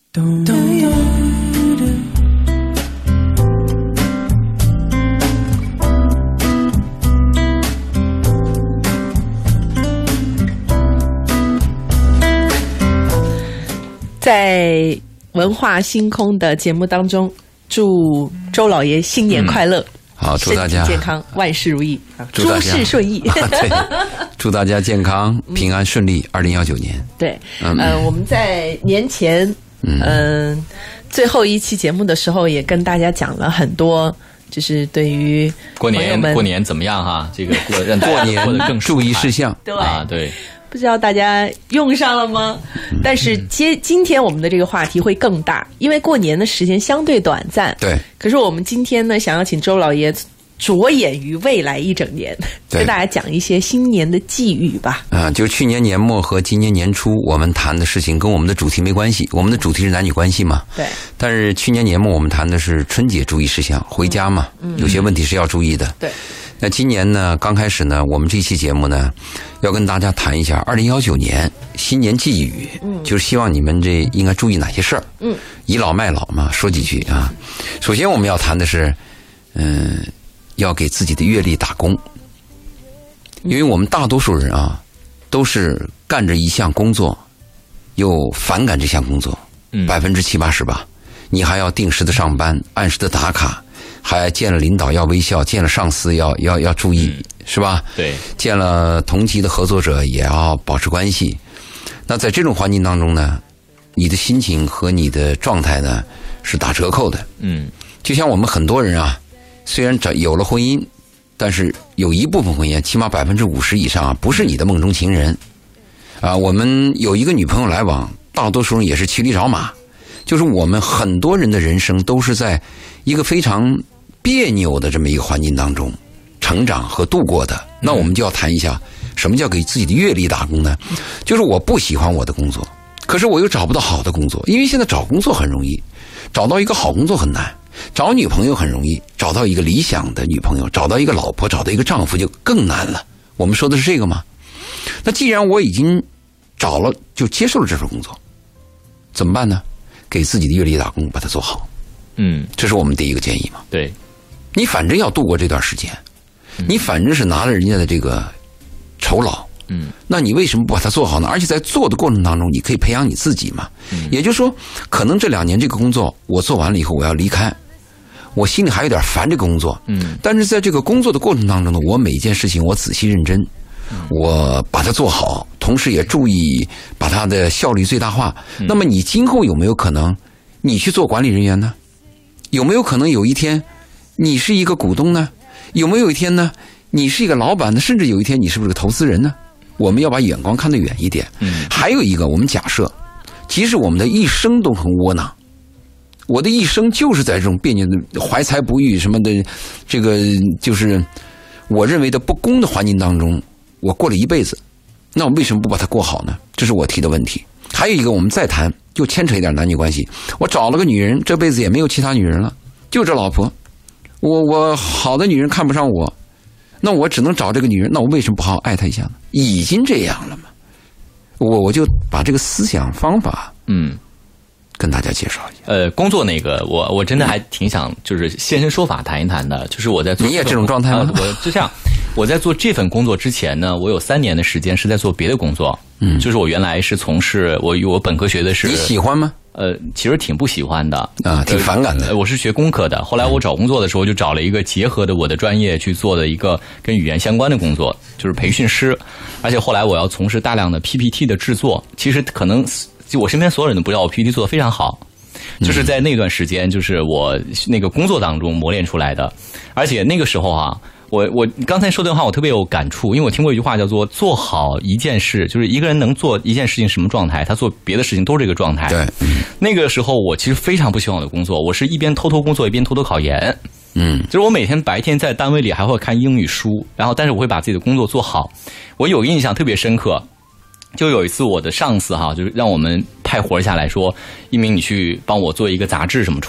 在文化星空的节目当中，祝周老爷新年快乐。 好，祝大家身体健康，万事如意，诸祝大家事顺意。 对，祝大家健康、平安、顺利。2019年， 对，我们在年前，最后一期节目的时候，也跟大家讲了很多，就是对于过年怎么样哈？这个让过年过得更注意事项， 对啊，对。 不知道大家用上了吗？但是今天我们的这个话题会更大，因为过年的时间相对短暂。 对。 可是我们今天呢，想要请周老爷着眼于未来一整年，跟大家讲一些新年的寄语吧。 就是去年年末和今年年初我们谈的事情跟我们的主题没关系，我们的主题是男女关系嘛。 对。 但是去年年末我们谈的是春节注意事项，回家嘛，有些问题是要注意的。 对。 那今年呢，刚开始呢，我们这期节目呢，要跟大家谈一下2019年新年寄语，就是希望你们这应该注意哪些事儿。倚老卖老嘛，说几句啊。首先我们要谈的是，要给自己的阅历打工，因为我们大多数人啊，都是干着一项工作，又反感这项工作，70-80%吧。你还要定时的上班，按时的打卡。还见了领导要微笑，见了上司要注意，是吧？ 对， 见了同级的合作者也要保持关系。那在这种环境当中呢，你的心情和你的状态呢是打折扣的。就像我们很多人啊，虽然有了婚姻，但是有一部分婚姻，起码50%以上啊，不是你的梦中情人啊。我们有一个女朋友来往，大多数人也是骑驴找马。就是我们很多人的人生都是在一个非常别扭的这么一个环境当中成长和度过的。那我们就要谈一下，什么叫给自己的阅历打工呢？就是我不喜欢我的工作，可是我又找不到好的工作，因为现在找工作很容易，找到一个好工作很难，找女朋友很容易，找到一个理想的女朋友，找到一个老婆，找到一个丈夫就更难了。我们说的是这个吗？那既然我已经找了，就接受了这份工作，怎么办呢？给自己的阅历打工，把它做好。这是我们第一个建议嘛。 对， 你反正要度过这段时间，你反正是拿了人家的这个酬劳，那你为什么不把它做好呢？而且在做的过程当中，你可以培养你自己嘛。也就是说，可能这2年这个工作我做完了以后，我要离开，我心里还有点烦这个工作，但是在这个工作的过程当中呢，我每一件事情我仔细认真，我把它做好，同时也注意把它的效率最大化。那么你今后有没有可能你去做管理人员呢？有没有可能有一天你是一个股东呢？有没有一天呢你是一个老板呢？甚至有一天你是不是个投资人呢？我们要把眼光看得远一点。还有一个，我们假设即使我们的一生都很窝囊，我的一生就是在这种别扭的怀才不遇什么的，这个就是我认为的不公的环境当中，我过了一辈子，那我为什么不把它过好呢？这是我提的问题。还有一个，我们再谈，就牵扯一点男女关系。我找了个女人，这辈子也没有其他女人了，就这老婆。我好的女人看不上我，那我只能找这个女人，那我为什么不好好爱她一下呢？已经这样了嘛。我就把这个思想方法，跟大家介绍一下。 工作那个，我真的还挺想就是现身说法谈一谈的。就是我在做， 你也这种状态吗？ 我就这样，我在做这份工作之前呢，我有3年的时间是在做别的工作。就是我原来是从事我本科学的是， 你喜欢吗？ 其实挺不喜欢的啊，挺反感的。 我是学工科的，后来我找工作的时候就找了一个结合的我的专业去做的一个跟语言相关的工作，就是培训师。而且后来我要从事大量的 PPT 的制作，其实可能就我身边所有人都不知道我 PPT 做得非常好。就是在那段时间，就是我那个工作当中磨练出来的。而且那个时候啊，我刚才说的话我特别有感触，因为我听过一句话叫做做好一件事，就是一个人能做一件事情什么状态，他做别的事情都是这个状态。 对， 那个时候我其实非常不喜欢我的工作，我是一边偷偷工作一边偷偷考研。就是我每天白天在单位里还会看英语书，然后但是我会把自己的工作做好。我有印象特别深刻，就有一次我的上司就是让我们派活下来说，一鸣你去帮我做一个杂志什么出来。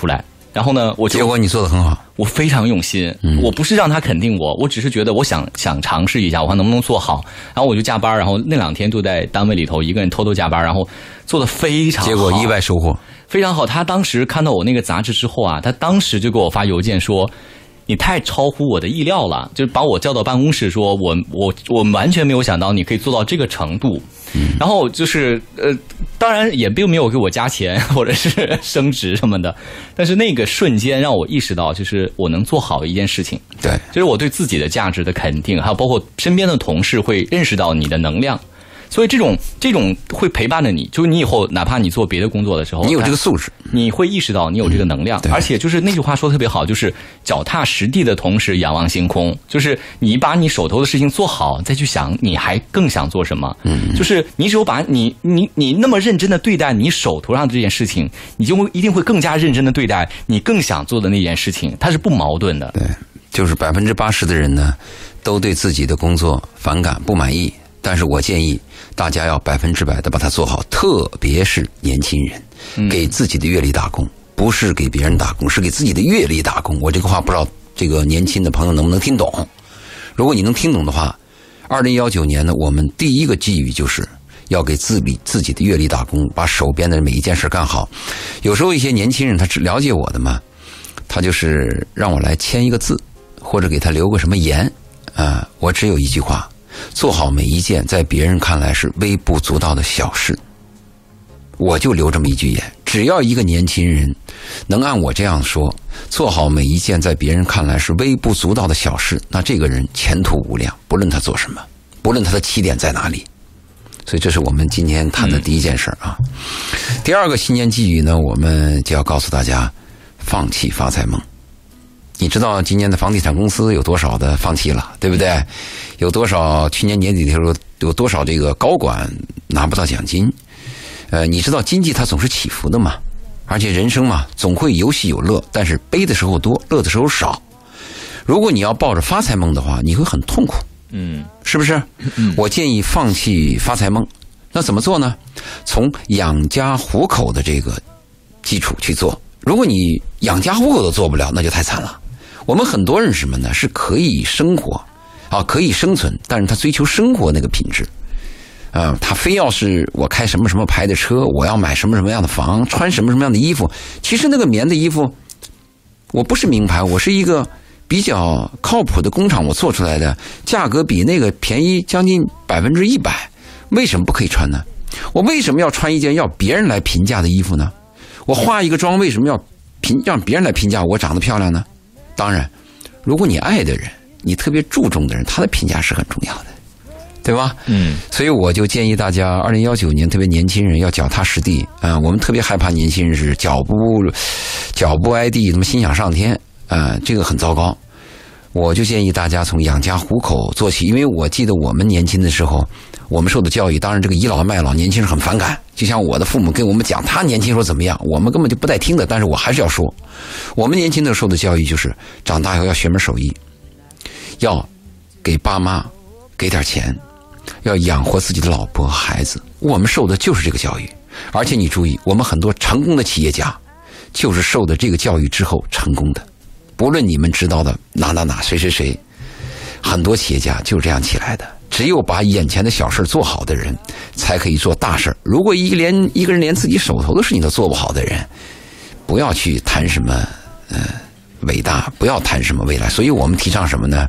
然后呢， 结果你做得很好， 我非常用心。我不是让他肯定我是觉得我想尝试一下，我看能不能做好。然后我就加班，然后那2天就在单位里头一个人偷偷加班，然后做得非常好。 结果意外收获非常好。他当时看到我那个杂志之后啊，他当时就给我发邮件说，你太超乎我的意料了，就是把我叫到办公室说，我完全没有想到你可以做到这个程度。然后就是当然也并没有给我加钱或者是升职什么的，但是那个瞬间让我意识到，就是我能做好一件事情。 对， 就是我对自己的价值的肯定，还有包括身边的同事会认识到你的能量。所以这种会陪伴着你，就是你以后哪怕你做别的工作的时候， 你有这个素质， 你会意识到你有这个能量，而且就是那句话说的特别好，就是脚踏实地的同时仰望星空，就是你把你手头的事情做好，再去想你还更想做什么。就是你只有把你那么认真的对待你手头上的这件事情，你就一定会更加认真的对待你更想做的那件事情，它是不矛盾的。 对，就是80%的人呢，都对自己的工作反感不满意。但是我建议大家要100%的把它做好，特别是年轻人，给自己的阅历打工，不是给别人打工，是给自己的阅历打工。我这个话不知道这个年轻的朋友能不能听懂？如果你能听懂的话，2019年呢，我们第一个寄语就是要给自己的阅历打工，把手边的每一件事干好。有时候一些年轻人他只了解我的嘛，他就是让我来签一个字，或者给他留个什么言啊，我只有一句话。做好每一件在别人看来是微不足道的小事，我就留这么一句言。只要一个年轻人能按我这样说，做好每一件在别人看来是微不足道的小事，那这个人前途无量，不论他做什么，不论他的起点在哪里。所以这是我们今天谈的第一件事啊。第二个新年寄语呢，我们就要告诉大家，放弃发财梦。你知道今年的房地产公司有多少的放弃了，对不对？有多少去年年底的时候有多少这个高管拿不到奖金？你知道经济它总是起伏的嘛，而且人生嘛总会有喜有乐，但是悲的时候多，乐的时候少。如果你要抱着发财梦的话，你会很痛苦，是不是？我建议放弃发财梦。那怎么做呢？从养家糊口的这个基础去做。如果你养家糊口都做不了，那就太惨了。我们很多人什么呢？是可以生活啊，可以生存，但是他追求生活那个品质他非要是我开什么什么牌的车，我要买什么什么样的房，穿什么什么样的衣服。其实那个棉的衣服我不是名牌，我是一个比较靠谱的工厂我做出来的，价格比那个便宜将近100%，为什么不可以穿呢？我为什么要穿一件要别人来评价的衣服呢？我化一个妆为什么要让别人来评价我长得漂亮呢？当然，如果你爱的人，你特别注重的人，他的评价是很重要的，对吧？所以我就建议大家2019年特别年轻人要脚踏实地我们特别害怕年轻人是脚不挨地，那么心想上天这个很糟糕。我就建议大家从养家糊口做起，因为我记得我们年轻的时候，我们受的教育，当然这个倚老卖老，年轻人很反感。就像我的父母跟我们讲他年轻时候怎么样，我们根本就不带听的，但是我还是要说，我们年轻的时候的教育就是长大以后要学门手艺，要给爸妈给点钱，要养活自己的老婆和孩子。我们受的就是这个教育，而且你注意，我们很多成功的企业家就是受的这个教育之后成功的。不论你们知道的哪谁，很多企业家就是这样起来的。只有把眼前的小事做好的人，才可以做大事。如果一个人连自己手头的事情都做不好的人，不要去谈什么伟大，不要谈什么未来。所以我们提倡什么呢？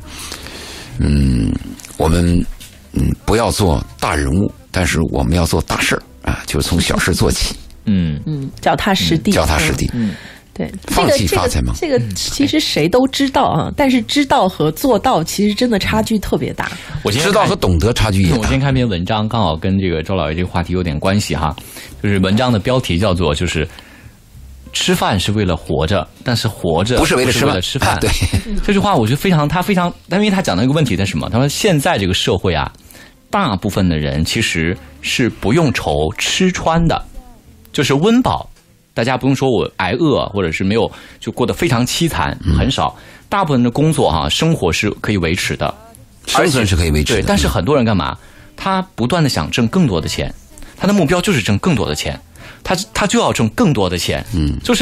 我们不要做大人物，但是我们要做大事就是从小事做起。 脚踏实地， 脚踏实地。 对， 放弃发财梦。 这个其实谁都知道啊，但是知道和做到其实真的差距特别大。 我知道和懂得差距也大。 我今天看篇文章，刚好跟这个周老爷这个话题有点关系哈，就是文章的标题叫做就是吃饭是为了活着，但是活着不是为了吃饭。 对， 这句话我觉得非常，因为他讲的一个问题是什么？他说现在这个社会大部分的人其实是不用愁吃穿的，就是温饱。大家不用说我挨饿，或者是没有就过得非常凄惨，很少。大部分的工作生活是可以维持的， 生存是可以维持的。 对，但是很多人干嘛？他不断的想挣更多的钱，他的目标就是挣更多的钱，他就要挣更多的钱。就是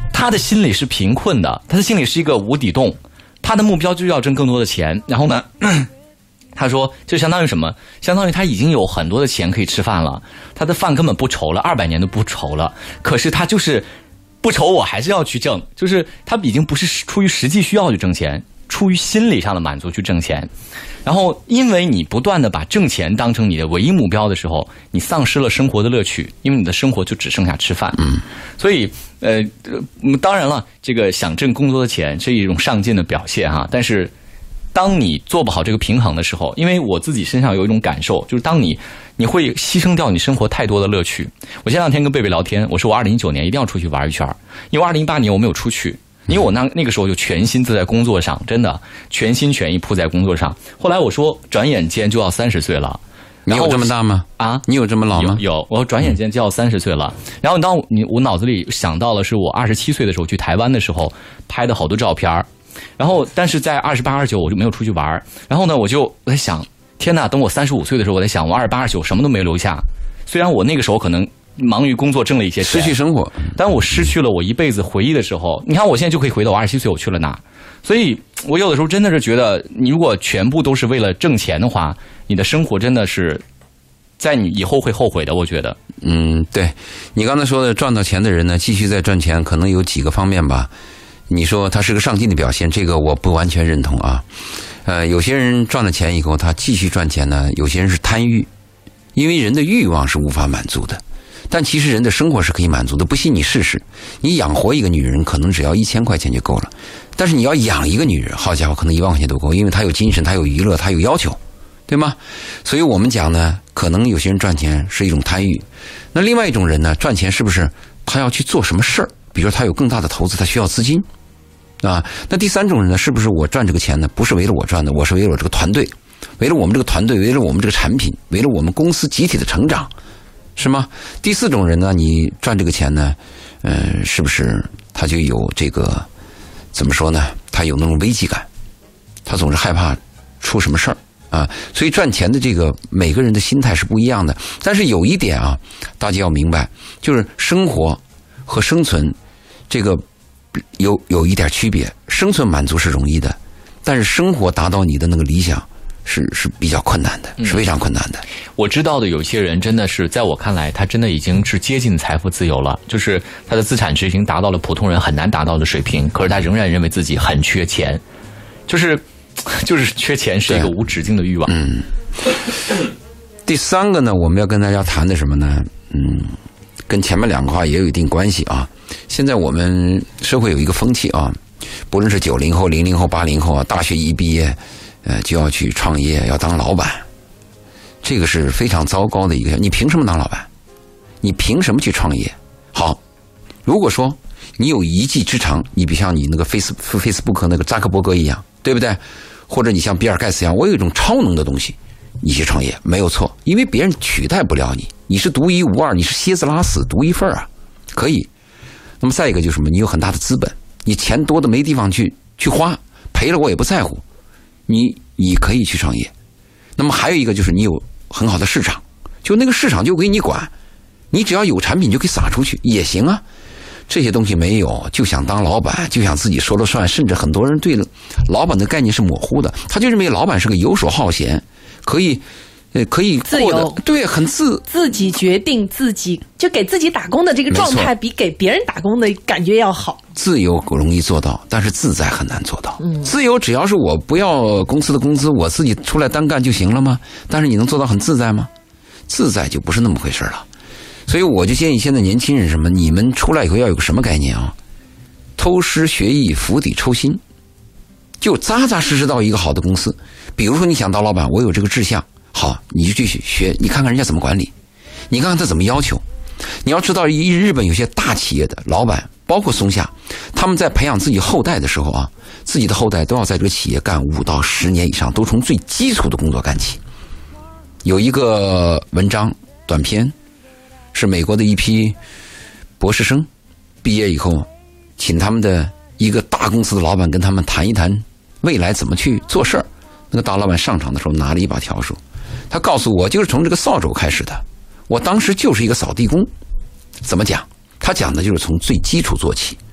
他的心里是贫困的，他的心里是一个无底洞，他的目标就是要挣更多的钱。然后呢，他说就相当于什么？相当于他已经有很多的钱可以吃饭了，他的饭根本不愁了，200年都不愁了。可是他就是不愁，我还是要去挣，就是他已经不是出于实际需要去挣钱，出于心理上的满足去挣钱。然后因为你不断的把挣钱当成你的唯一目标的时候，你丧失了生活的乐趣，因为你的生活就只剩下吃饭。所以当然了，这个想挣更多的钱是一种上进的表现哈，但是当你做不好这个平衡的时候，因为我自己身上有一种感受，就是当你会牺牲掉你生活太多的乐趣。我前2天跟贝贝聊天，我说我2019年一定要出去玩一圈，因为2018年我没有出去，因为我那个时候就全心都在工作上，真的全心全意扑在工作上。后来我说转眼间就要30岁了。 你有这么大吗？啊，你有这么老吗？ 有，我转眼间就要30岁了。然后当我脑子里想到了是我27岁的时候去台湾的时候拍的好多照片，然后但是在28、29我就没有出去玩。然后呢，我在想，天哪！等我35岁的时候，我在想，我28、29什么都没留下。虽然我那个时候可能忙于工作挣了一些钱， 失去生活， 但我失去了我一辈子回忆的时候，你看我现在就可以回到我27岁我去了哪。所以我有的时候真的是觉得，你如果全部都是为了挣钱的话，你的生活真的是在你以后会后悔的，我觉得。 对，你刚才说的赚到钱的人呢，继续在赚钱，可能有几个方面吧。你说他是个上进的表现，这个我不完全认同啊。有些人赚了钱以后，他继续赚钱呢，有些人是贪欲，因为人的欲望是无法满足的。但其实人的生活是可以满足的，不信你试试。你养活一个女人可能只要1000块钱就够了，但是你要养一个女人，好家伙，可能1万块钱都够，因为她有精神，她有娱乐，她有要求，对吗？所以我们讲呢，可能有些人赚钱是一种贪欲。那另外一种人呢，赚钱是不是他要去做什么事儿？比如他有更大的投资，他需要资金啊。那第三种人呢，是不是我赚这个钱呢，不是为了我赚的，我是为了我这个团队，为了我们这个团队，为了我们这个产品，为了我们公司集体的成长，是吗？第四种人呢，你赚这个钱呢，是不是他就有这个怎么说呢？他有那种危机感，他总是害怕出什么事儿啊。所以赚钱的这个每个人的心态是不一样的。但是有一点啊，大家要明白，就是生活和生存这个有一点区别。生存满足是容易的，但是生活达到你的那个理想是比较困难的，是非常困难的。 我知道的有些人真的是，在我看来，他真的已经是接近财富自由了，就是他的资产值已经达到了普通人很难达到的水平，可是他仍然认为自己很缺钱，就是缺钱是一个无止境的欲望。 第三个呢，我们要跟大家谈的什么呢？跟前面2个话也有一定关系啊。现在我们社会有一个风气啊，不论是90后、00后、80后啊，大学一毕业就要去创业，要当老板，这个是非常糟糕的一个。你凭什么当老板？你凭什么去创业？好，如果说你有一技之长，你比像你那个 Facebook 那个扎克伯格一样，对不对？或者你像比尔盖茨一样，我有一种超能的东西，你去创业没有错，因为别人取代不了你，你是独一无二，你是蝎子拉屎独一份啊，可以。那么再一个就是什么？你有很大的资本，你钱多的没地方去花，赔了我也不在乎，你可以去创业。那么还有一个就是你有很好的市场，就那个市场就归你管，你只要有产品就可以撒出去也行啊。这些东西没有，就想当老板，就想自己说了算，甚至很多人对老板的概念是模糊的，他就认为老板是个游手好闲，可以自由， 对，很自己决定自己，就给自己打工的这个状态比给别人打工的感觉要好。 自由容易做到，但是自在很难做到。自由只要是我不要公司的工资，我自己出来单干就行了吗？但是你能做到很自在吗？自在就不是那么回事了。所以我就建议现在年轻人什么，你们出来以后要有个什么概念啊？偷师学艺，釜底抽薪，就扎扎实实到一个好的公司。比如说你想当老板，我有这个志向，好，你就去学，你看看人家怎么管理，你看看他怎么要求。你要知道，日本有些大企业的老板，包括松下，他们在培养自己后代的时候啊，自己的后代都要在这个企业干5到10年以上，都从最基础的工作干起。有一个文章短篇，是美国的一批博士生毕业以后，请他们的一个大公司的老板跟他们谈一谈未来怎么去做事儿。那个大老板上场的时候拿了一把笤帚，他告诉我就是从这个扫帚开始的，我当时就是一个扫地工。怎么讲？他讲的就是从最基础做起，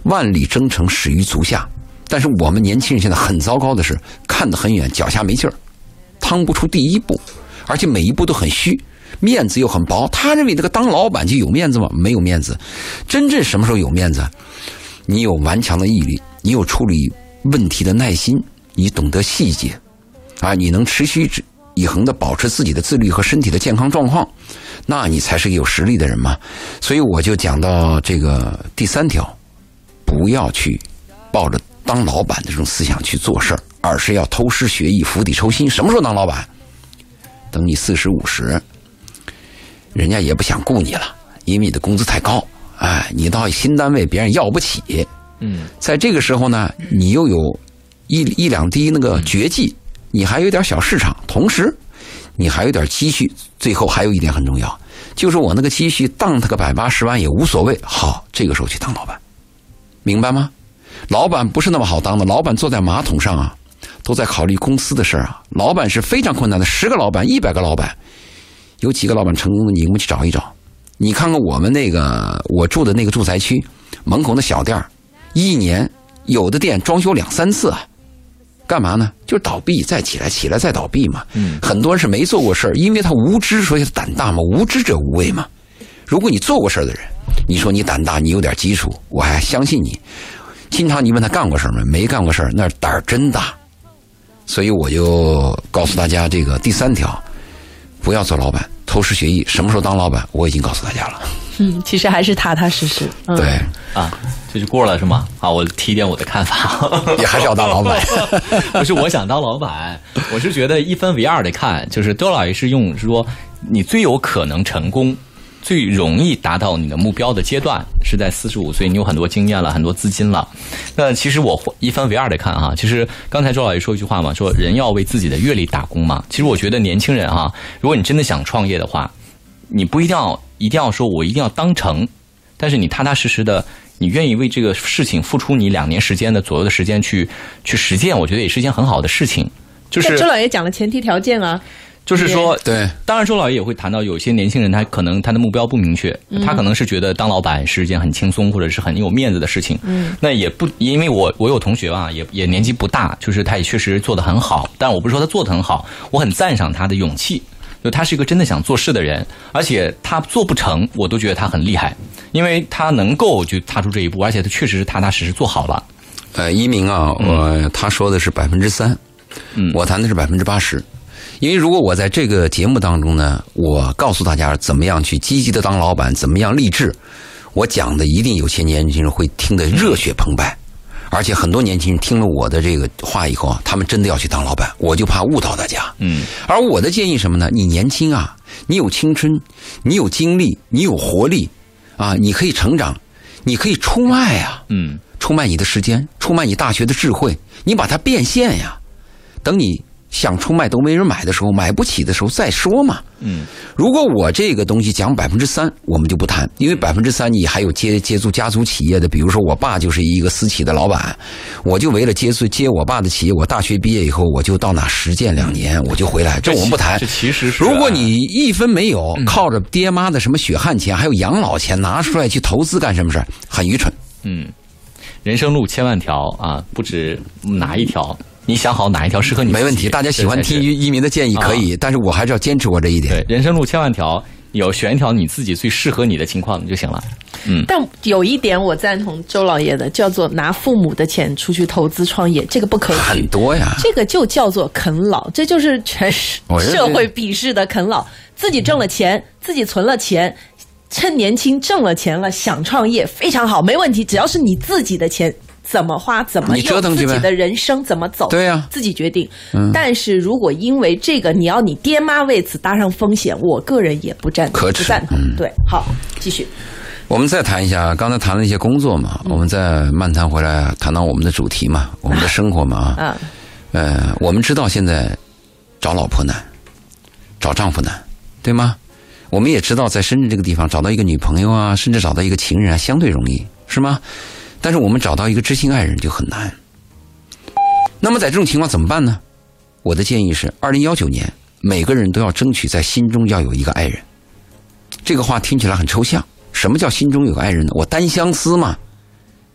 万里征程始于足下。但是我们年轻人现在很糟糕的是，看得很远，脚下没劲儿，趟不出第一步，而且每一步都很虚，面子又很薄。他认为这个当老板就有面子吗？没有面子。真正什么时候有面子？你有顽强的毅力，你有处理问题的耐心，你懂得细节，你能持续以恒的保持自己的自律和身体的健康状况，那你才是个有实力的人嘛。所以我就讲到这个第3条，不要去抱着当老板的这种思想去做事儿，而是要偷师学艺，釜底抽薪。什么时候当老板？等你40、50，人家也不想雇你了，因为你的工资太高。你到新单位别人要不起。在这个时候呢，你又有一两滴那个绝技，你还有点小市场，同时你还有点积蓄。最后还有一点很重要，就是我那个积蓄当他个180万也无所谓。好，这个时候去当老板，明白吗？老板不是那么好当的，老板坐在马桶上都在考虑公司的事儿老板是非常困难的，10个老板、100个老板，有几个老板成功的，你们去找一找。你看看我们我住的那个住宅区门口的小店一年有的店装修2、3次干嘛呢？就是倒闭再起来，起来再倒闭嘛。很多人是没做过事儿，因为他无知，所以他胆大嘛。无知者无畏嘛。如果你做过事儿的人，你说你胆大，你有点基础，我还相信你。经常你问他干过事没？没干过事，那胆儿真大。所以我就告诉大家，这个第3条，不要做老板，偷师学艺。什么时候当老板，我已经告诉大家了。 其实还是踏踏实实。 对这就过了是吗？我提点我的看法。 也还是要当老板。 不是我想当老板，我是觉得一分为二的看，就是周老爷是用说你最有可能成功，最容易达到你的目标的阶段是在45岁，你有很多经验了，很多资金了。那其实我一分为二的看其实刚才周老爷说一句话嘛，说人要为自己的阅历打工嘛。其实我觉得年轻人如果你真的想创业的话，你不一定要说我一定要当成，但是你踏踏实实的，你愿意为这个事情付出你2年时间的左右的时间去实践，我觉得也是一件很好的事情。就是周老爷讲了前提条件就是说， 对， 当然周老爷也会谈到有些年轻人他可能他的目标不明确，他可能是觉得当老板是一件很轻松或者是很有面子的事情。那也不因为我有同学也年纪不大，就是他也确实做得很好，但我不是说他做得很好，我很赞赏他的勇气。就他是一个真的想做事的人，而且他做不成，我都觉得他很厉害，因为他能够就踏出这一步，而且他确实是踏踏实实做好了。 一鸣他说的是3%，我谈的是80%。因为如果我在这个节目当中呢，我告诉大家怎么样去积极的当老板，怎么样励志，我讲的一定有些年轻人会听得热血澎湃，而且很多年轻人听了我的这个话以后他们真的要去当老板，我就怕误导大家。而我的建议什么呢？你年轻你有青春，你有精力，你有活力你可以成长，你可以出卖出卖你的时间，出卖你大学的智慧，你把它变现等你想出卖都没人买的时候，买不起的时候再说嘛。如果我这个东西讲3%，我们就不谈，因为3%你还有接触家族企业的，比如说我爸就是一个私企的老板，我就为了接我爸的企业，我大学毕业以后我就到那实践2年，我就回来，这我们不谈。 这其实是， 如果你一分没有，靠着爹妈的什么血汗钱，还有养老钱拿出来去投资干什么事，很愚蠢。 人生路千万条不止哪一条。你想好哪一条适合你？没问题，大家喜欢听一鸣的建议可以，但是我还是要坚持我这一点。 对，人生路千万条，有选一条你自己最适合你的情况就行了。 但有一点我赞同周老爷的，叫做拿父母的钱出去投资创业，这个不可取。 很多呀， 这个就叫做啃老，这就是全社会鄙视的啃老。自己挣了钱，自己存了钱，趁年轻挣了钱了，想创业非常好，没问题，只要是你自己的钱。怎么花，怎么用，自己的人生怎么走， 对呀， 自己决定。但是如果因为这个，你爹妈为此搭上风险，我个人也不赞同。对，好，继续。 我们再谈一下，刚才谈了一些工作嘛，我们再漫谈回来，谈到我们的主题嘛，我们的生活嘛我们知道现在找老婆难，找丈夫难，对吗？我们也知道在深圳这个地方找到一个女朋友甚至找到一个情人相对容易，是吗？但是我们找到一个知心爱人就很难。那么在这种情况怎么办呢？我的建议是2019年每个人都要争取在心中要有一个爱人。这个话听起来很抽象，什么叫心中有个爱人呢？我单相思嘛，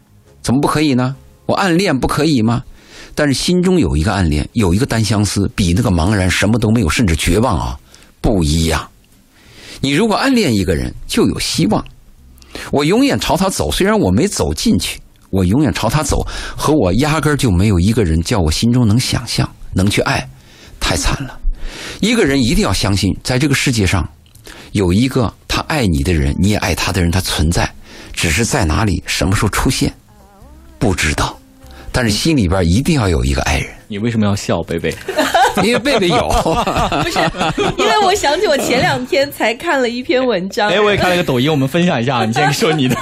怎么不可以呢？我暗恋不可以吗？但是心中有一个暗恋，有一个单相思，比那个茫然什么都没有甚至绝望啊不一样。你如果暗恋一个人就有希望，我永远朝他走，虽然我没走进去，我永远朝他走，和我压根儿就没有一个人叫我心中能想象能去爱，太惨了。一个人一定要相信，在这个世界上有一个他爱你的人，你也爱他的人，他存在，只是在哪里什么时候出现不知道，但是心里边一定要有一个爱人。 你为什么要笑，贝贝？ 因为贝贝有不是，因为我想起我前2天才看了一篇文章。 我也看了个抖音，我们分享一下。你先说你的。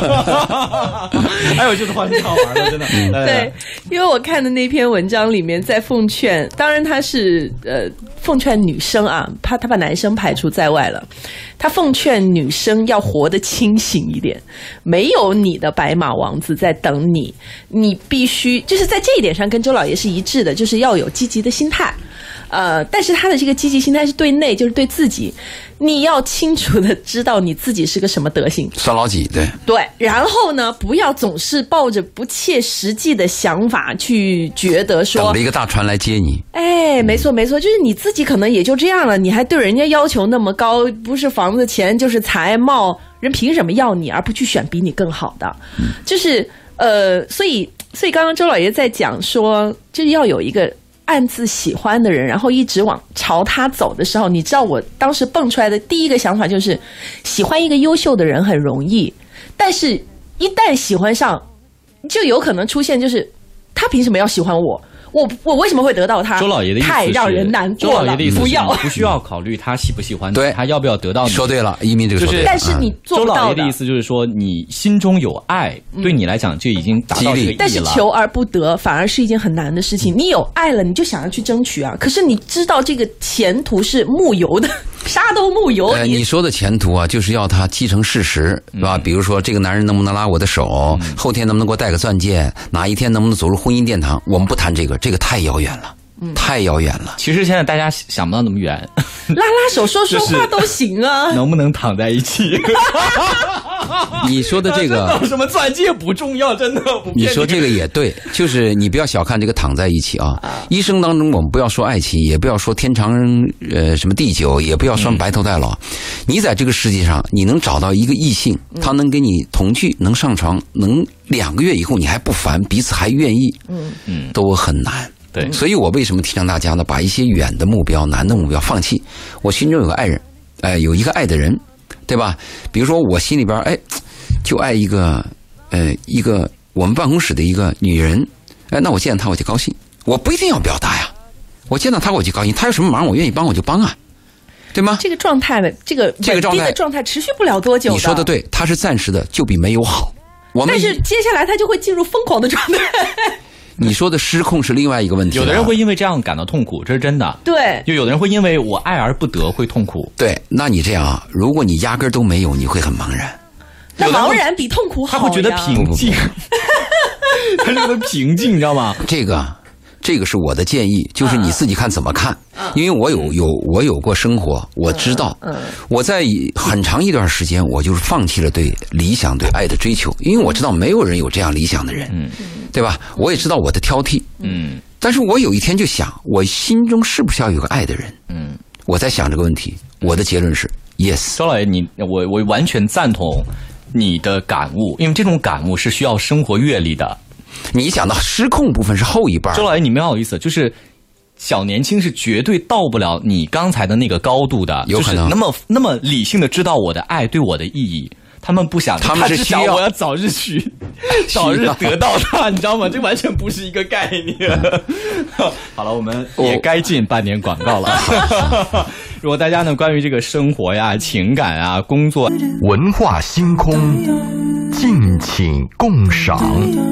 哎呦，这个话挺好玩的，真的。 对，因为我看的那篇文章里面在奉劝，当然他是奉劝女生啊，他把男生排除在外了。他奉劝女生要活得清醒一点，没有你的白马王子在等你，你必须就是在这一点上跟周老爷是一致的，就是要有积极的心态。但是他的这个积极心态是对内，就是对自己，你要清楚的知道你自己是个什么德行， 算老几，对， 然后呢，不要总是抱着不切实际的想法去觉得说等着一个大船来接你。 哎，没错没错，就是你自己可能也就这样了，你还对人家要求那么高，不是房子钱就是财貌，人凭什么要你而不去选比你更好的？就是所以刚刚周老爷在讲说，就是要有一个暗自喜欢的人，然后一直朝他走的时候，你知道我当时蹦出来的第一个想法就是，喜欢一个优秀的人很容易，但是一旦喜欢上，就有可能出现就是他凭什么要喜欢我？我为什么会得到他？ 周老爷的意思是太让人难过了。 周老爷的意思是不要， 不需要考虑他喜不喜欢你， 对， 他要不要得到你。 说对了，移民这个说对了。 但是你做不到的。 周老爷的意思就是说，你心中有爱，对你来讲就已经达到这个意义了。 但是求而不得，反而是一件很难的事情。你有爱了，你就想要去争取啊。可是你知道这个前途是木有的，沙都木有。 你说的前途啊，就是要他继承事实，是吧？比如说这个男人能不能拉我的手，后天能不能给我戴个钻戒，哪一天能不能走入婚姻殿堂？我们不谈这个，这个太遥远了。太遥远了。 其实现在大家想不到那么远， 拉拉手说说话都行啊。 能不能躺在一起？ 你说的这个什么钻戒不重要，真的。 你说这个也对，就是你不要小看这个躺在一起啊。一生当中我们不要说爱情，也不要说天长什么地久，也不要说白头到老。你在这个世界上，你能找到一个异性，他能跟你同居，能上床，能2个月以后你还不烦，彼此还愿意，都很难。 对， 所以我为什么提倡大家呢？把一些远的目标、难的目标放弃。我心中有个爱人，有一个爱的人，对吧？比如说我心里边，就爱一个我们办公室的一个女人，那我见到她我就高兴，我不一定要表达呀，我见到她我就高兴，她有什么忙我愿意帮我就帮啊，对吗？ 这个状态，这个稳定的状态持续不了多久的。 你说的对，它是暂时的，就比没有好。 但是接下来他就会进入疯狂的状态。 你说的失控是另外一个问题。 有的人会因为这样感到痛苦，这是真的。 对， 就有的人会因为我爱而不得会痛苦。 对，那你这样啊，如果你压根都没有，你会很茫然。 那茫然比痛苦好呀。 他会觉得平静，他觉得平静，你知道吗？ 这个是我的建议，就是你自己看怎么看。因为我有过生活，我知道，我在很长一段时间，我就是放弃了对理想、对爱的追求，因为我知道没有人有这样理想的人，对吧？我也知道我的挑剔，但是我有一天就想，我心中是不是要有个爱的人？我在想这个问题，我的结论是 yes。 周老爷，我完全赞同你的感悟，因为这种感悟是需要生活阅历的。 你讲的失控部分是后一半。 周老爷，你蛮有意思，就是小年轻是绝对到不了你刚才的那个高度的， 有可能就是那么理性的知道我的爱对我的意义。他们不想， 他们是需要我要早日早日得到它，你知道吗？这完全不是一个概念。好了，我们也该进半年广告了。如果大家呢关于这个生活呀、情感啊、工作、 文化星空，敬请共赏。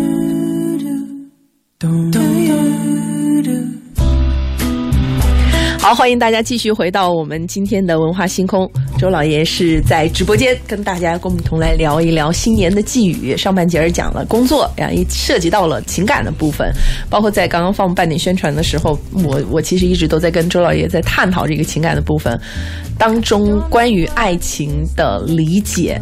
好，欢迎大家继续回到我们今天的文化星空。周老爷是在直播间跟大家共同来聊一聊新年的寄语。上半节讲了工作，也涉及到了情感的部分，包括在刚刚放半点宣传的时候，我其实一直都在跟周老爷在探讨这个情感的部分当中关于爱情的理解。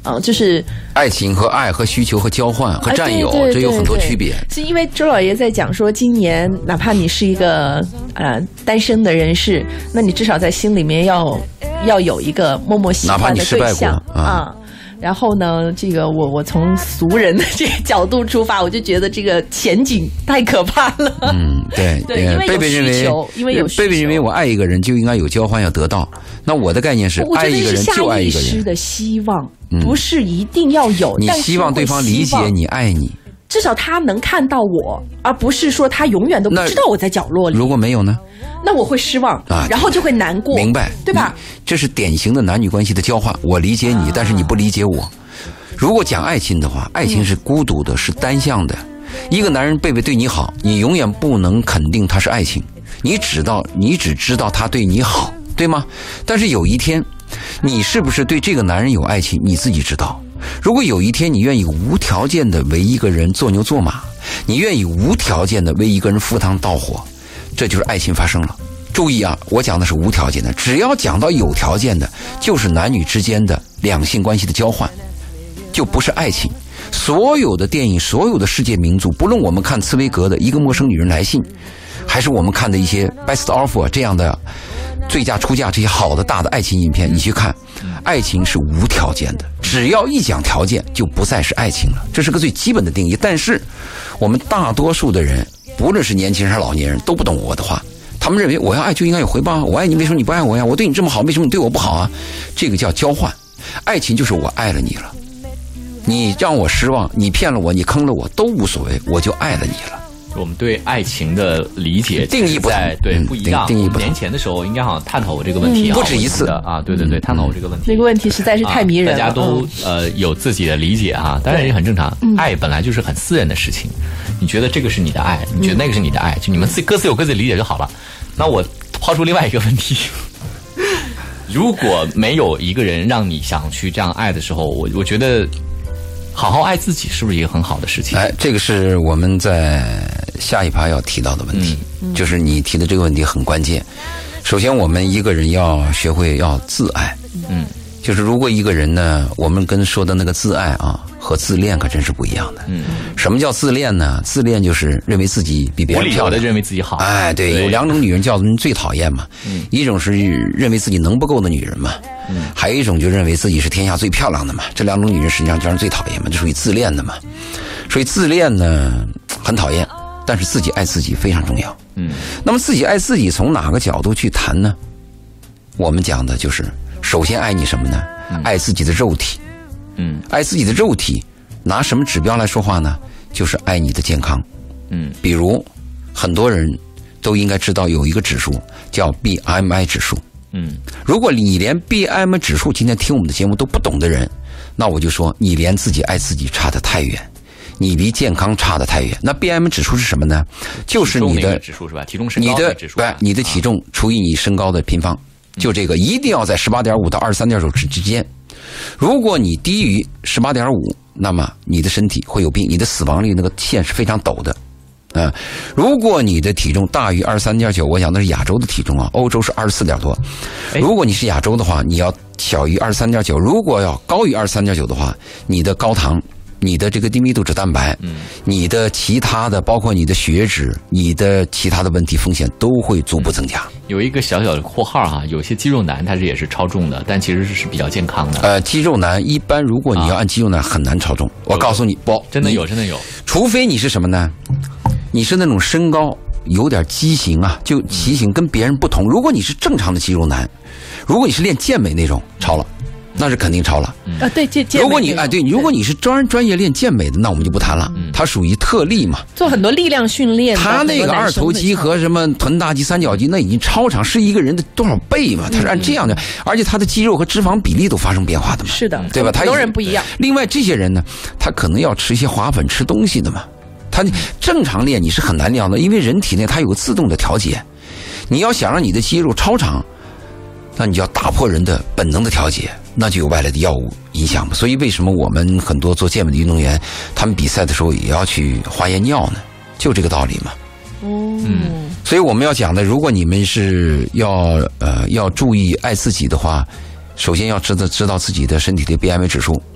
就是爱情和爱和需求和交换和占有，这有很多区别。 是因为周老爷在讲说，今年哪怕你是一个单身的人士，那你至少在心里面要有一个默默喜欢的对象啊。然后呢，这个我从俗人的这个角度出发，我就觉得这个前景太可怕了。 对，贝贝认为， 因为有需求， 贝贝认为我爱一个人就应该有交换，要得到。那我的概念是，爱一个人就爱一个人。我觉得是下意识的希望，不是一定要有。 你希望对方理解你、爱你， 至少他能看到我，而不是说他永远都不知道我在角落里。 如果没有呢？ 那我会失望然后就会难过， 明白对吧？ 这是典型的男女关系的交换，我理解你，但是你不理解我。如果讲爱情的话，爱情是孤独的，是单向的。一个男人贝贝对你好，你永远不能肯定他是爱情，你只知道他对你好，对吗？但是有一天，你是不是对这个男人有爱情，你自己知道。如果有一天你愿意无条件的为一个人做牛做马，你愿意无条件的为一个人赴汤蹈火，这就是爱情发生了。注意啊，我讲的是无条件的，只要讲到有条件的，就是男女之间的两性关系的交换，就不是爱情。所有的电影，所有的世界名著，不论我们看茨威格的《一个陌生女人来信》，还是我们看的一些 Best Offer 这样的最佳出价这些好的大的爱情影片，你去看，爱情是无条件的，只要一讲条件就不再是爱情了，这是个最基本的定义。但是我们大多数的人，不论是年轻人还是老年人，都不懂我的话，他们认为我要爱就应该有回报，我爱你为什么你不爱我呀？我对你这么好，为什么你对我不好啊？这个叫交换。爱情就是我爱了你了，你让我失望，你骗了我，你坑了我都无所谓，我就爱了你了。 我们对爱情的理解定义不同， 不一样。 定义不同。 年前的时候应该好像探讨过这个问题不止一次啊，对，探讨过这个问题。 那个问题实在是太迷人了， 大家都有自己的理解哈，当然也很正常。爱本来就是很私人的事情，你觉得这个是你的爱，你觉得那个是你的爱，就你们各自有各自的理解就好了。那我抛出另外一个问题。如果没有一个人让你想去这样爱的时候，我觉得好好爱自己是不是一个很好的事情？ 这个是我们在下一趴要提到的问题，就是你提的这个问题很关键。首先，我们一个人要学会要自爱，就是如果一个人呢，我们跟说的那个自爱啊，和自恋可真是不一样的。什么叫自恋呢？自恋就是认为自己比别人漂亮，无理由的认为自己好。 对，有两种女人叫人最讨厌嘛，一种是认为自己能不够的女人嘛，还有一种就认为自己是天下最漂亮的嘛。这两种女人实际上叫人最讨厌嘛，这属于自恋的嘛。所以自恋呢很讨厌，但是自己爱自己非常重要。那么自己爱自己从哪个角度去谈呢？我们讲的就是首先爱你什么呢？爱自己的肉体。爱自己的肉体，拿什么指标来说话呢？就是爱你的健康。比如很多人都应该知道有一个指数叫 BMI 指数。如果你连 BMI 指数今天听我们的节目都不懂的人，那我就说你连自己爱自己差得太远，你离健康差得太远。那 BMI 指数是什么呢？就是你的指数是吧？体重身高的指数。 你的体重除以你身高的平方，就这个一定要在 18.5 到 23.9 之间。如果你低于 18.5， 那么你的身体会有病，你的死亡率那个线是非常陡的。如果你的体重大于 23.9， 我讲的是亚洲的体重啊，欧洲是24点多。如果你是亚洲的话，你要小于 23.9， 如果要高于 23.9 的话，你的高糖，你的这个低密度脂蛋白，你的其他的包括你的血脂，你的其他的问题风险都会逐步增加。 有一个小小的括号哈，有些肌肉男他也是超重的，但其实是比较健康的。 肌肉男一般如果你要按肌肉男很难超重，我告诉你不， 真的有， 除非你是什么呢？你是那种身高有点畸形啊，就畸形跟别人不同。如果你是正常的肌肉男，如果你是练健美那种，超了。那是肯定超了对，健美。 如果你如果你是专业练健美的，那我们就不谈了。它属于特例嘛， 做很多力量训练。 他那个二头肌和什么臀大肌、三角肌，那已经超长，是一个人的多少倍嘛？他是按这样的，而且他的肌肉和脂肪比例都发生变化的嘛。 是的， 对吧？ 很多人不一样。 另外这些人呢，他可能要吃一些滑粉、吃东西的嘛。他正常练你是很难练的，因为人体内它有个自动的调节。你要想让你的肌肉超长，那你就要打破人的本能的调节，那就有外来的药物影响嘛。所以为什么我们很多做健美的运动员，他们比赛的时候也要去化验尿呢？就这个道理嘛。所以我们要讲的，如果你们是要注意爱自己的话，首先要知道自己的身体的 BMI 指数。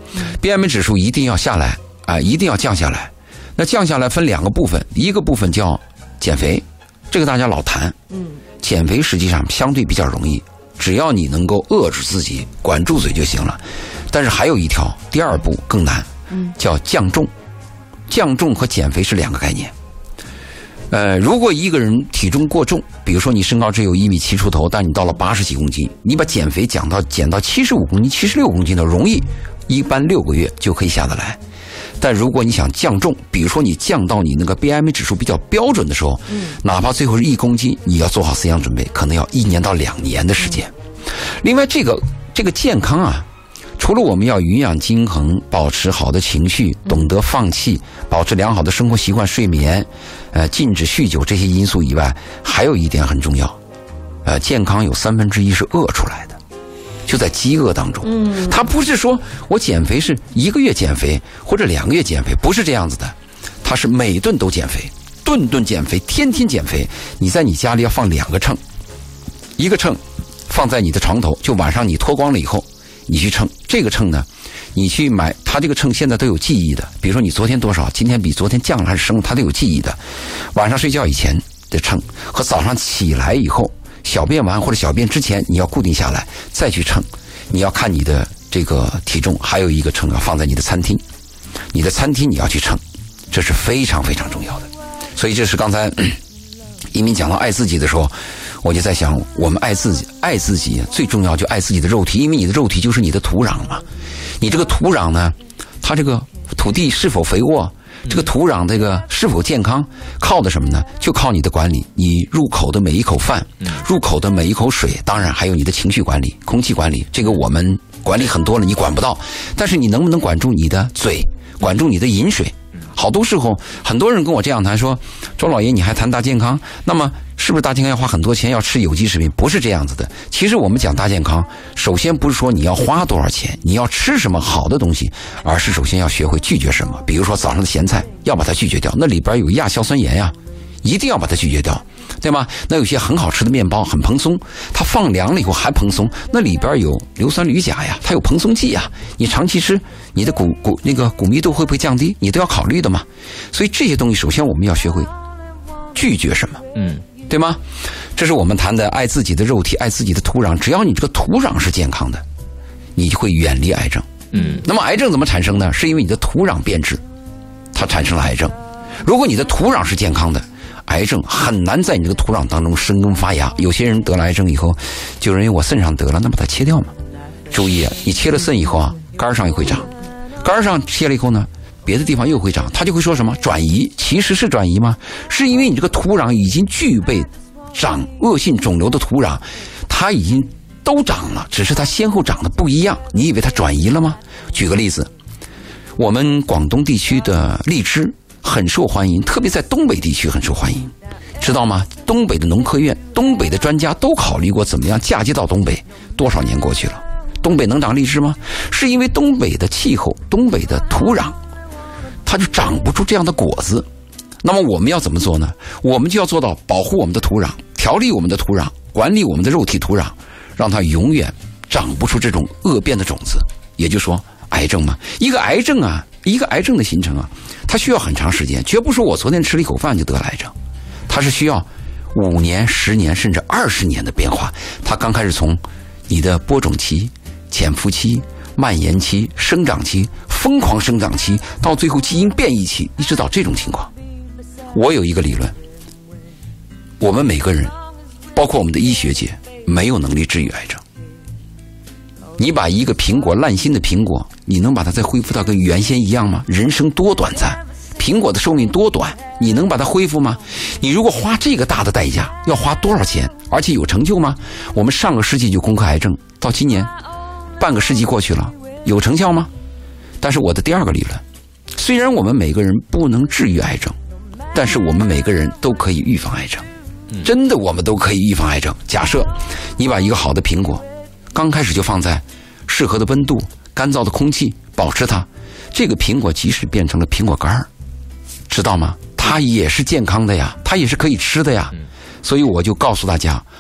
BMI 指数一定要下来啊，一定要降下来。那降下来分2个部分，一个部分叫减肥，这个大家老谈。减肥实际上相对比较容易，只要你能够遏制自己，管住嘴就行了。但是还有一条，第2步更难，叫降重。降重和减肥是2个概念。如果一个人体重过重，比如说你身高只有1.7米出头，但你到了80几公斤，你把减肥减到75公斤、76公斤的容易，一般6个月就可以下得来。但如果你想降重，比如说你降到你那个 BMI 指数比较标准的时候，哪怕最后是1公斤，你要做好思想准备，可能要1年到2年的时间。另外，这个健康啊，除了我们要营养均衡，保持好的情绪，懂得放弃，保持良好的生活习惯、睡眠，禁止酗酒这些因素以外，还有一点很重要，健康有1/3是饿出来的。就在饥饿当中，他不是说我减肥是1个月减肥或者2个月减肥，不是这样子的，他是每顿都减肥，顿顿减肥，天天减肥。你在你家里要放2个秤，一个秤放在你的床头，就晚上你脱光了以后，你去称。这个秤呢，你去买，它这个秤现在都有记忆的，比如说你昨天多少，今天比昨天降了还是升了，它都有记忆的。晚上睡觉以前的秤和早上起来以后。小便完或者小便之前，你要固定下来，再去称。你要看你的这个体重，还有一个秤要放在你的餐厅，你的餐厅你要去称，这是非常非常重要的。所以这是刚才一鸣讲到爱自己的时候，我就在想，我们爱自己最重要就爱自己的肉体，因为你的肉体就是你的土壤嘛。你这个土壤呢，它这个土地是否肥沃？这个土壤这个是否健康，靠的什么呢？就靠你的管理，你入口的每一口饭，入口的每一口水，当然还有你的情绪管理、空气管理。这个我们管理很多了，你管不到，但是你能不能管住你的嘴，管住你的饮水？好多时候，很多人跟我这样谈说：“周老爷，你还谈大健康？那么是不是大健康要花很多钱，要吃有机食品？”不是这样子的。其实我们讲大健康，首先不是说你要花多少钱，你要吃什么好的东西，而是首先要学会拒绝什么。比如说早上的咸菜，要把它拒绝掉，那里边有亚硝酸盐呀，一定要把它拒绝掉，对吗？那有些很好吃的面包，很蓬松，它放凉了以后还蓬松，那里边有硫酸铝钾呀，它有蓬松剂呀。你长期吃，你的骨密度会不会降低？你都要考虑的嘛。所以这些东西，首先我们要学会拒绝什么，对吗？这是我们谈的爱自己的肉体，爱自己的土壤。只要你这个土壤是健康的，你就会远离癌症。那么癌症怎么产生呢？是因为你的土壤变质，它产生了癌症。如果你的土壤是健康的，癌症很难在你这个土壤当中生根发芽。有些人得了癌症以后，就认为我肾上得了，那把它切掉嘛。注意啊，你切了肾以后啊，肝上也会长，肝上切了以后呢，别的地方又会长，他就会说什么转移？其实是转移吗？是因为你这个土壤已经具备长恶性肿瘤的土壤，它已经都长了，只是它先后长得不一样。你以为它转移了吗？举个例子，我们广东地区的荔枝很受欢迎，特别在东北地区很受欢迎，知道吗？东北的农科院、东北的专家都考虑过怎么样嫁接到东北。多少年过去了，东北能长荔枝吗？是因为东北的气候、东北的土壤，它就长不出这样的果子。那么我们要怎么做呢？我们就要做到保护我们的土壤，调理我们的土壤，管理我们的肉体土壤，让它永远长不出这种恶变的种子。也就是说，癌症嘛，一个癌症的形成啊，它需要很长时间，绝不是我昨天吃了一口饭就得了癌症，它是需要5年、10年甚至20年的变化。它刚开始从你的播种期、潜伏期、蔓延期、生长期、疯狂生长期，到最后基因变异期，一直到这种情况。我有一个理论，我们每个人，包括我们的医学界，没有能力治愈癌症。你把一个苹果，烂心的苹果，你能把它再恢复到跟原先一样吗？人生多短暂，苹果的寿命多短，你能把它恢复吗？你如果花这个大的代价，要花多少钱？而且有成就吗？我们上个世纪就攻克癌症，到今年半个世纪过去了，有成效吗？但是我的第二个理论，虽然我们每个人不能治愈癌症，但是我们每个人都可以预防癌症。真的，我们都可以预防癌症。假设你把一个好的苹果刚开始就放在适合的温度、干燥的空气，保持它，这个苹果即使变成了苹果干，知道吗？它也是健康的呀，它也是可以吃的呀。所以我就告诉大家，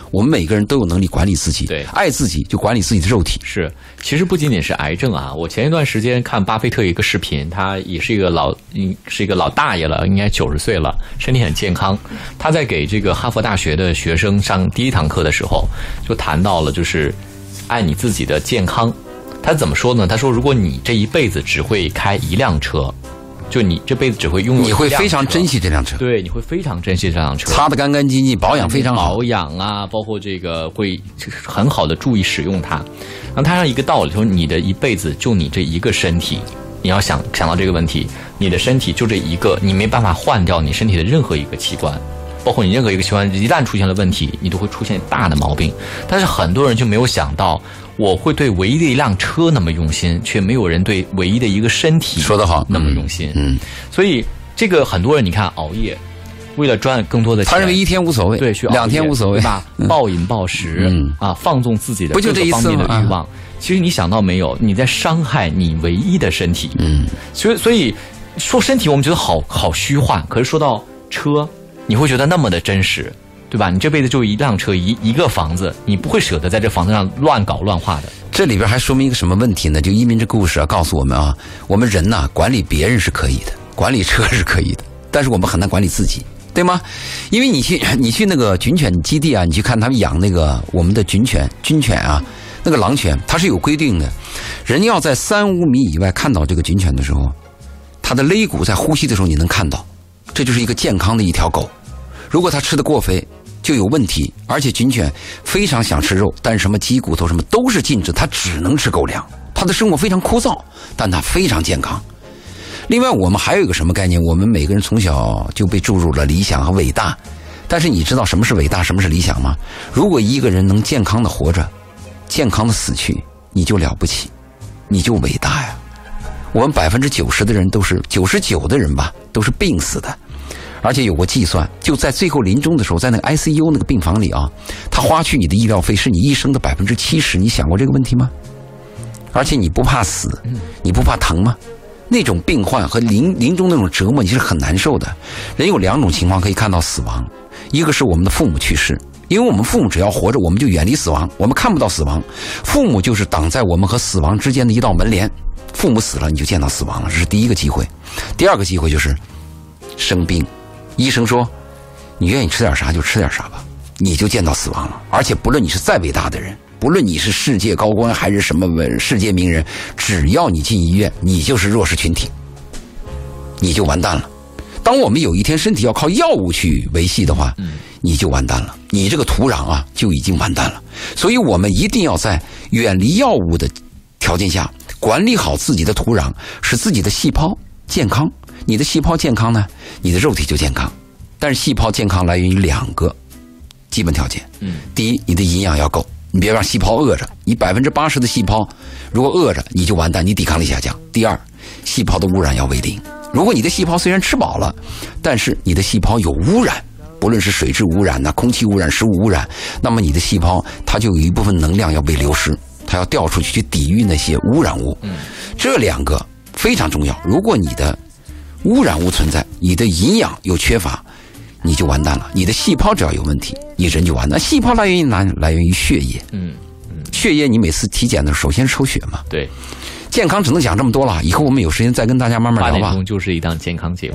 我们每个人都有能力管理自己， 对， 爱自己就管理自己的肉体。 是，其实不仅仅是癌症啊，我前一段时间看巴菲特一个视频，他也是一个老大爷了，应该90岁了，身体很健康。他在给这个哈佛大学的学生上第一堂课的时候，就谈到了就是爱你自己的健康。他怎么说呢？他说，如果你这一辈子只会开一辆车，就你这辈子只会拥有一辆车， 你会非常珍惜这辆车， 对，你会非常珍惜这辆车， 擦得干干净净，保养非常好， 保养啊，包括这个会很好的注意使用它。然后他上一个道理说，你的一辈子就你这一个身体，你要想到这个问题，你的身体就这一个，你没办法换掉你身体的任何一个器官。包括你任何一个器官一旦出现了问题，你都会出现大的毛病。但是很多人就没有想到，我会对唯一的一辆车那么用心，却没有人对唯一的一个身体说得好那么用心。所以这个很多人你看熬夜，为了赚更多的钱， 他认为一天无所谓， 对，2天无所谓， 对吧？暴饮暴食，放纵自己的不就这一次各个方面的欲望。其实你想到没有，你在伤害你唯一的身体。所以说身体我们觉得好虚幻，可是说到车，你会觉得那么的真实，对吧？你这辈子就一辆车，一个房子，你不会舍得在这房子上乱搞乱画的。 这里边还说明一个什么问题呢？就移民这故事啊，告诉我们啊，我们人呐，管理别人是可以的，管理车是可以的，但是我们很难管理自己，对吗？因为你去那个军犬基地啊，你去看他们养那个我们的军犬啊，那个狼犬，它是有规定的，人要在3-5米以外看到这个军犬的时候，它的肋骨在呼吸的时候你能看到，这就是一个健康的一条狗。如果它吃得过肥就有问题，而且军犬非常想吃肉，但是什么鸡骨头什么都是禁止，它只能吃狗粮，它的生活非常枯燥，但它非常健康。另外我们还有一个什么概念，我们每个人从小就被注入了理想和伟大，但是你知道什么是伟大什么是理想吗？如果一个人能健康的活着，健康的死去，你就了不起，你就伟大呀。我们90%的人都是99%的人吧，都是病死的。而且有过计算，就在最后临终的时候，在那个 ICU 那个病房里啊，他花去你的医疗费是你一生的70%，你想过这个问题吗？而且你不怕死，你不怕疼吗？那种病患和临终那种折磨，你是很难受的。人有2种情况可以看到死亡，一个是我们的父母去世，因为我们父母只要活着，我们就远离死亡，我们看不到死亡。父母就是挡在我们和死亡之间的一道门帘，父母死了，你就见到死亡了，这是第一个机会。第二个机会就是生病。医生说你愿意吃点啥就吃点啥吧，你就见到死亡了。而且不论你是再伟大的人，不论你是世界高官还是什么世界名人，只要你进医院，你就是弱势群体，你就完蛋了。当我们有一天身体要靠药物去维系的话，你就完蛋了，你这个土壤啊就已经完蛋了。所以我们一定要在远离药物的条件下管理好自己的土壤，使自己的细胞健康。你的细胞健康呢，你的肉体就健康。但是细胞健康来源于2个基本条件。第一，你的营养要够，你别让细胞饿着，你80%的细胞如果饿着，你就完蛋，你抵抗力下降。第二，细胞的污染要为零。如果你的细胞虽然吃饱了，但是你的细胞有污染，不论是水质污染空气污染、食物污染，那么你的细胞它就有一部分能量要被流失，它要调出去抵御那些污染物。这2个非常重要。如果你的污染物存在，你的营养又缺乏，你就完蛋了。你的细胞只要有问题，你人就完蛋。细胞来源于哪？来源于血液。血液你每次体检的时候首先抽血嘛。 对， 健康只能讲这么多了，以后我们有时间再跟大家慢慢聊吧。 8点钟就是一档健康节目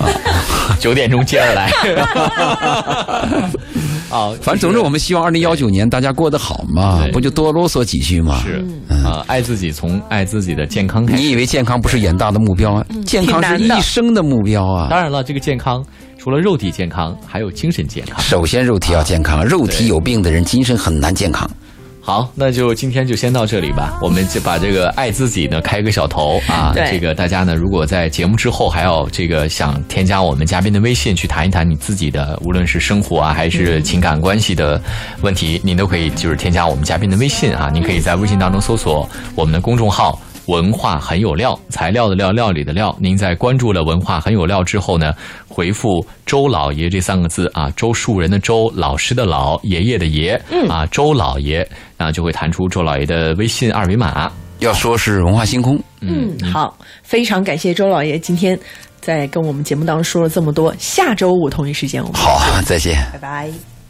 9点钟接着来。 反正总之我们希望2019年大家过得好嘛，不就多啰嗦几句嘛。 是爱自己，从爱自己的健康开始。 你以为健康不是远大的目标啊？健康是一生的目标啊。 当然了，这个健康除了肉体健康，还有精神健康。 首先肉体要健康，肉体有病的人精神很难健康。 好，那就今天就先到这里吧。我们就把这个爱自己呢开个小头啊。这个大家呢，如果在节目之后还要这个想添加我们嘉宾的微信去谈一谈你自己的，无论是生活啊还是情感关系的问题，您都可以就是添加我们嘉宾的微信啊。您可以在微信当中搜索我们的公众号文化很有料，材料的料，料理的料。您在关注了文化很有料之后呢，回复周老爷这3个字啊，周树人的周，老师的老，爷爷的爷啊，周老爷，那就会弹出周老爷的微信2维码。 要说是文化星空。 好，非常感谢周老爷今天在跟我们节目当中说了这么多。下周5同一时间我们好，再见， 拜拜。